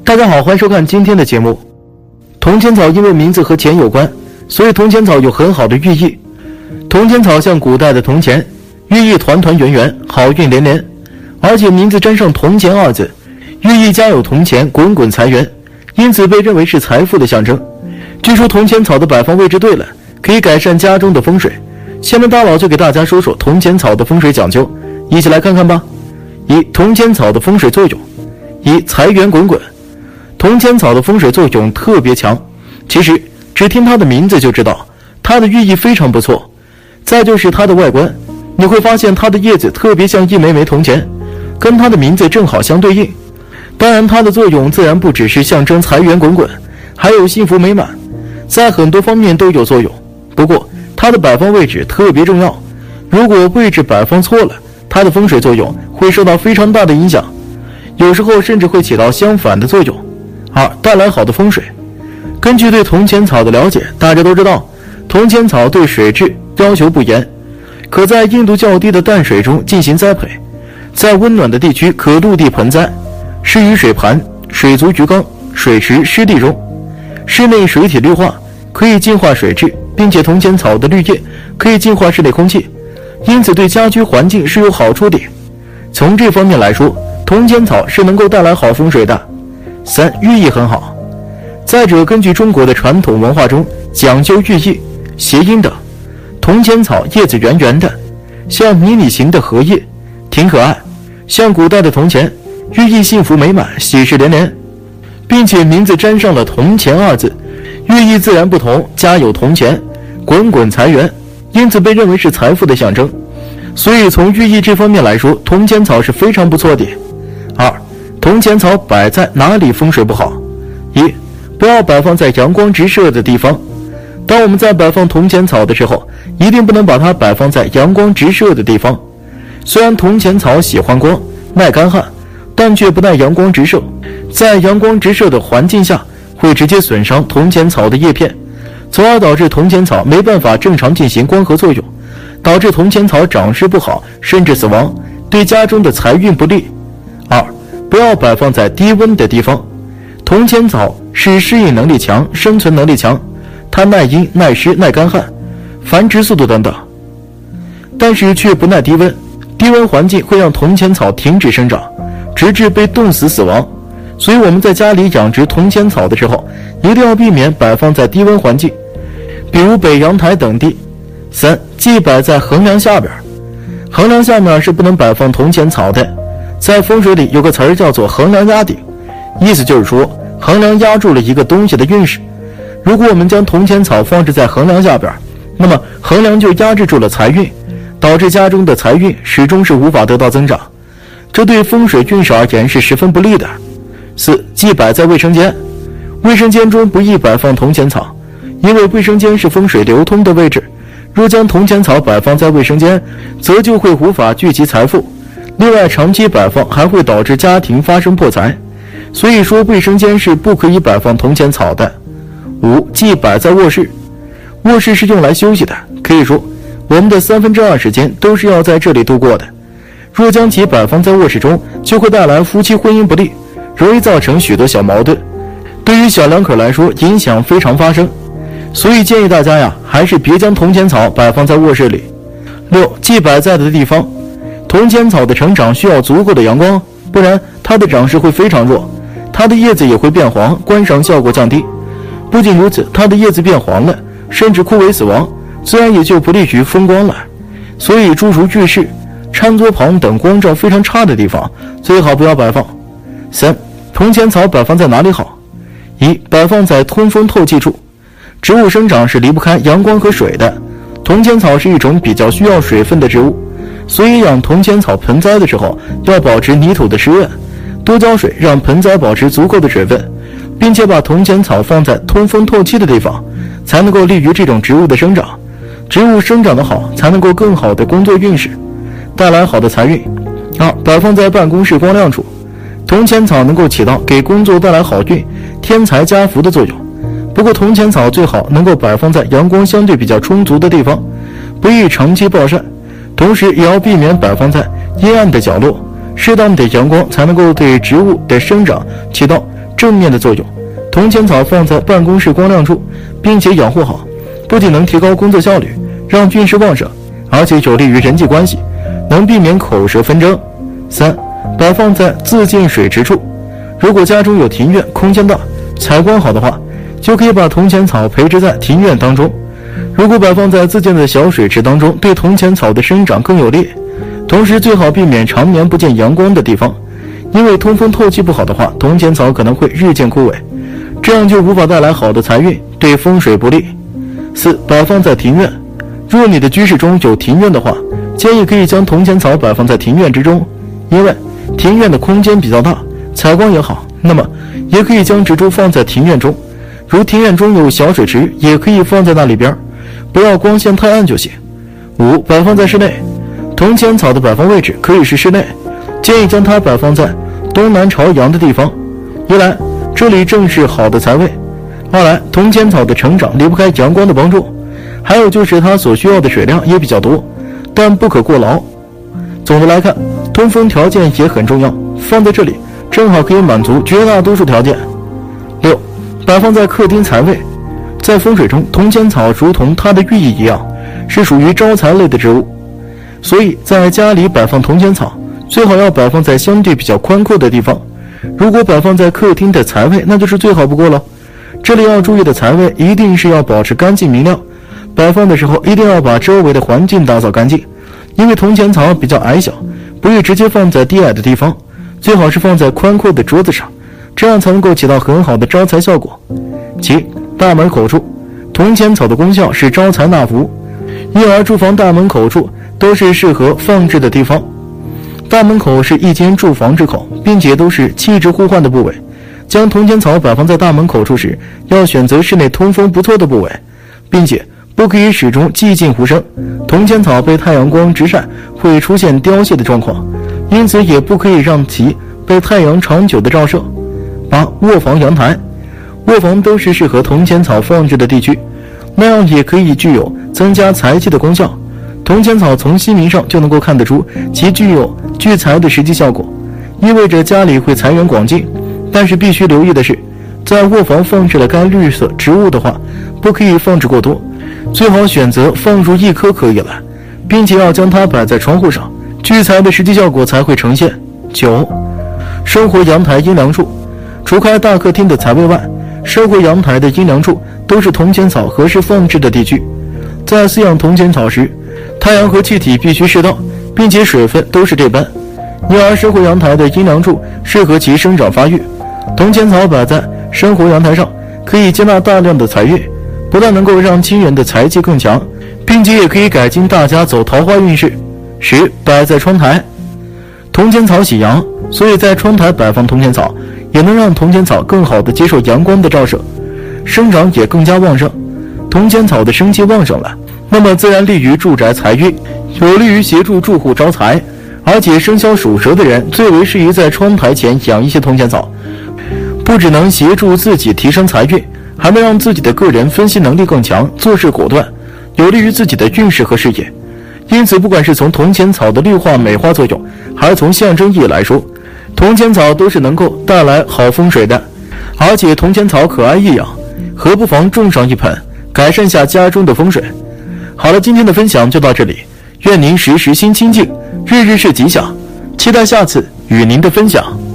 大家好，欢迎收看今天的节目。铜钱草因为名字和钱有关，所以铜钱草有很好的寓意。铜钱草像古代的铜钱，寓意团团圆圆，好运连连。而且名字沾上铜钱二字，寓意家有铜钱，滚滚财源，因此被认为是财富的象征。据说铜钱草的摆放位置对了，可以改善家中的风水。下面大佬就给大家说说铜钱草的风水讲究，一起来看看吧。一、铜钱草的风水作用。一、财源滚滚。铜钱草的风水作用特别强，其实只听它的名字就知道，它的寓意非常不错。再就是它的外观，你会发现它的叶子特别像一枚枚铜钱，跟它的名字正好相对应。当然它的作用自然不只是象征财源滚滚，还有幸福美满，在很多方面都有作用。不过它的摆放位置特别重要，如果位置摆放错了，它的风水作用会受到非常大的影响，有时候甚至会起到相反的作用。二、带来好的风水。根据对铜钱草的了解，大家都知道铜钱草对水质要求不严，可在硬度较低的淡水中进行栽培，在温暖的地区可陆地盆栽，适于水盘、水族鱼缸、水池、湿地中，室内水体绿化，可以净化水质，并且铜钱草的绿叶可以净化室内空气，因此对家居环境是有好处的。从这方面来说，铜钱草是能够带来好风水的。三、寓意很好。再者，根据中国的传统文化中讲究寓意、谐音的，铜钱草叶子圆圆的，像迷你型的荷叶，挺可爱，像古代的铜钱，寓意幸福美满，喜事连连，并且名字沾上了铜钱二字，寓意自然不同，家有铜钱，滚滚财源，因此被认为是财富的象征。所以从寓意这方面来说，铜钱草是非常不错的。二、铜钱草摆在哪里风水不好？一、不要摆放在阳光直射的地方。当我们在摆放铜钱草的时候，一定不能把它摆放在阳光直射的地方。虽然铜钱草喜欢光，耐干旱，但却不耐阳光直射。在阳光直射的环境下，会直接损伤铜钱草的叶片，从而导致铜钱草没办法正常进行光合作用，导致铜钱草长势不好，甚至死亡，对家中的财运不利。二、不要摆放在低温的地方。铜钱草是适应能力强、生存能力强，它耐阴、耐湿、耐干旱，繁殖速度等等，但是却不耐低温。低温环境会让铜钱草停止生长，直至被冻死亡。所以我们在家里养殖铜钱草的时候，一定要避免摆放在低温环境，比如北阳台等地。三、忌摆在横梁下边。横梁下面是不能摆放铜钱草的。在风水里有个词儿叫做横梁压顶，意思就是说横梁压住了一个东西的运势。如果我们将铜钱草放置在横梁下边，那么横梁就压制住了财运，导致家中的财运始终是无法得到增长，这对风水运势而言是十分不利的。四、忌摆在卫生间。卫生间中不宜摆放铜钱草，因为卫生间是风水流通的位置，若将铜钱草摆放在卫生间，则就会无法聚集财富。另外，长期摆放还会导致家庭发生破财，所以说卫生间是不可以摆放铜钱草的。五、忌摆在卧室。卧室是用来休息的，可以说我们的2/3时间都是要在这里度过的。若将其摆放在卧室中，就会带来夫妻婚姻不利，容易造成许多小矛盾，对于小两口来说影响非常发生。所以建议大家呀，还是别将铜钱草摆放在卧室里。六、忌摆在的地方。铜钱草的成长需要足够的阳光，不然它的长势会非常弱，它的叶子也会变黄，观赏效果降低。不仅如此，它的叶子变黄了，甚至枯萎死亡，自然也就不利于风光了。所以诸如浴室、餐桌旁等光照非常差的地方，最好不要摆放。三、铜钱草摆放在哪里好？一、摆放在通风透气处。植物生长是离不开阳光和水的，铜钱草是一种比较需要水分的植物，所以养铜钱草盆栽的时候要保持泥土的湿润，多浇水，让盆栽保持足够的水分，并且把铜钱草放在通风透气的地方，才能够利于这种植物的生长。植物生长得好，才能够更好的工作运势，带来好的财运。二、摆放在办公室光亮处。铜钱草能够起到给工作带来好运、添财加福的作用。不过铜钱草最好能够摆放在阳光相对比较充足的地方，不宜长期暴晒，同时也要避免摆放在阴暗的角落，适当的阳光才能够对植物的生长起到正面的作用。铜钱草放在办公室光亮处，并且养护好，不仅能提高工作效率，让运势旺盛，而且有利于人际关系，能避免口舌纷争。3. 摆放在自见水池处。如果家中有庭院，空间大，采光好的话，就可以把铜钱草培植在庭院当中。如果摆放在自建的小水池当中，对铜钱草的生长更有利。同时最好避免常年不见阳光的地方，因为通风透气不好的话，铜钱草可能会日渐枯萎，这样就无法带来好的财运，对风水不利。4. 摆放在庭院。若你的居室中有庭院的话，建议可以将铜钱草摆放在庭院之中，因为庭院的空间比较大，采光也好。那么也可以将植株放在庭院中，如庭院中有小水池，也可以放在那里边，不要光线太暗就行。5. 摆放在室内。铜钱草的摆放位置可以是室内，建议将它摆放在东南朝阳的地方。一来这里正是好的财位，二来铜钱草的成长离不开阳光的帮助，还有就是它所需要的水量也比较多，但不可过劳。总的来看，通风条件也很重要，放在这里正好可以满足绝大多数条件。6. 摆放在客厅财位。在风水中，铜钱草如同它的寓意一样，是属于招财类的植物，所以在家里摆放铜钱草，最好要摆放在相对比较宽阔的地方。如果摆放在客厅的财位，那就是最好不过了。这里要注意的财位一定是要保持干净明亮，摆放的时候一定要把周围的环境打扫干净，因为铜钱草比较矮小，不宜直接放在低矮的地方，最好是放在宽阔的桌子上，这样才能够起到很好的招财效果。7. 大门口处。铜钱草的功效是招财纳福，因而住房大门口处都是适合放置的地方。大门口是一间住房之口，并且都是气质互换的部位。将铜钱草摆放在大门口处时，要选择室内通风不错的部位，并且不可以始终寂静无声。铜钱草被太阳光直晒会出现凋谢的状况，因此也不可以让其被太阳长久的照射。8. 卧房阳台。卧房都是适合铜钱草放置的地区，那样也可以具有增加财气的功效。铜钱草从西名上就能够看得出其具有聚财的实际效果，意味着家里会财源广进。但是必须留意的是，在卧房放置了该绿色植物的话，不可以放置过多，最好选择放入1颗可以了，并且要将它摆在窗户上，聚财的实际效果才会呈现。9. 生活阳台阴凉处。除开大客厅的财位外，生活阳台的阴凉处都是铜钱草合适放置的地区。在饲养铜钱草时，太阳和气体必须适当，并且水分都是这般，因而生活阳台的阴凉处适合其生长发育。铜钱草摆在生活阳台上，可以接纳大量的财运，不但能够让亲人的财气更强，并且也可以改进大家走桃花运势。10. 摆在窗台。铜钱草喜阳，所以在窗台摆放铜钱草，也能让铜钱草更好地接受阳光的照射，生长也更加旺盛。铜钱草的生气旺盛了，那么自然利于住宅财运，有利于协助住户招财。而且生肖属蛇的人最为适宜在窗台前养一些铜钱草，不只能协助自己提升财运，还能让自己的个人分析能力更强，做事果断，有利于自己的运势和事业。因此不管是从铜钱草的绿化美化作用，还是从象征意义来说，铜钱草都是能够带来好风水的。而且铜钱草可爱易养，何不妨种上一盆，改善下家中的风水。好了，今天的分享就到这里，愿您时时心清静，日日是吉祥，期待下次与您的分享。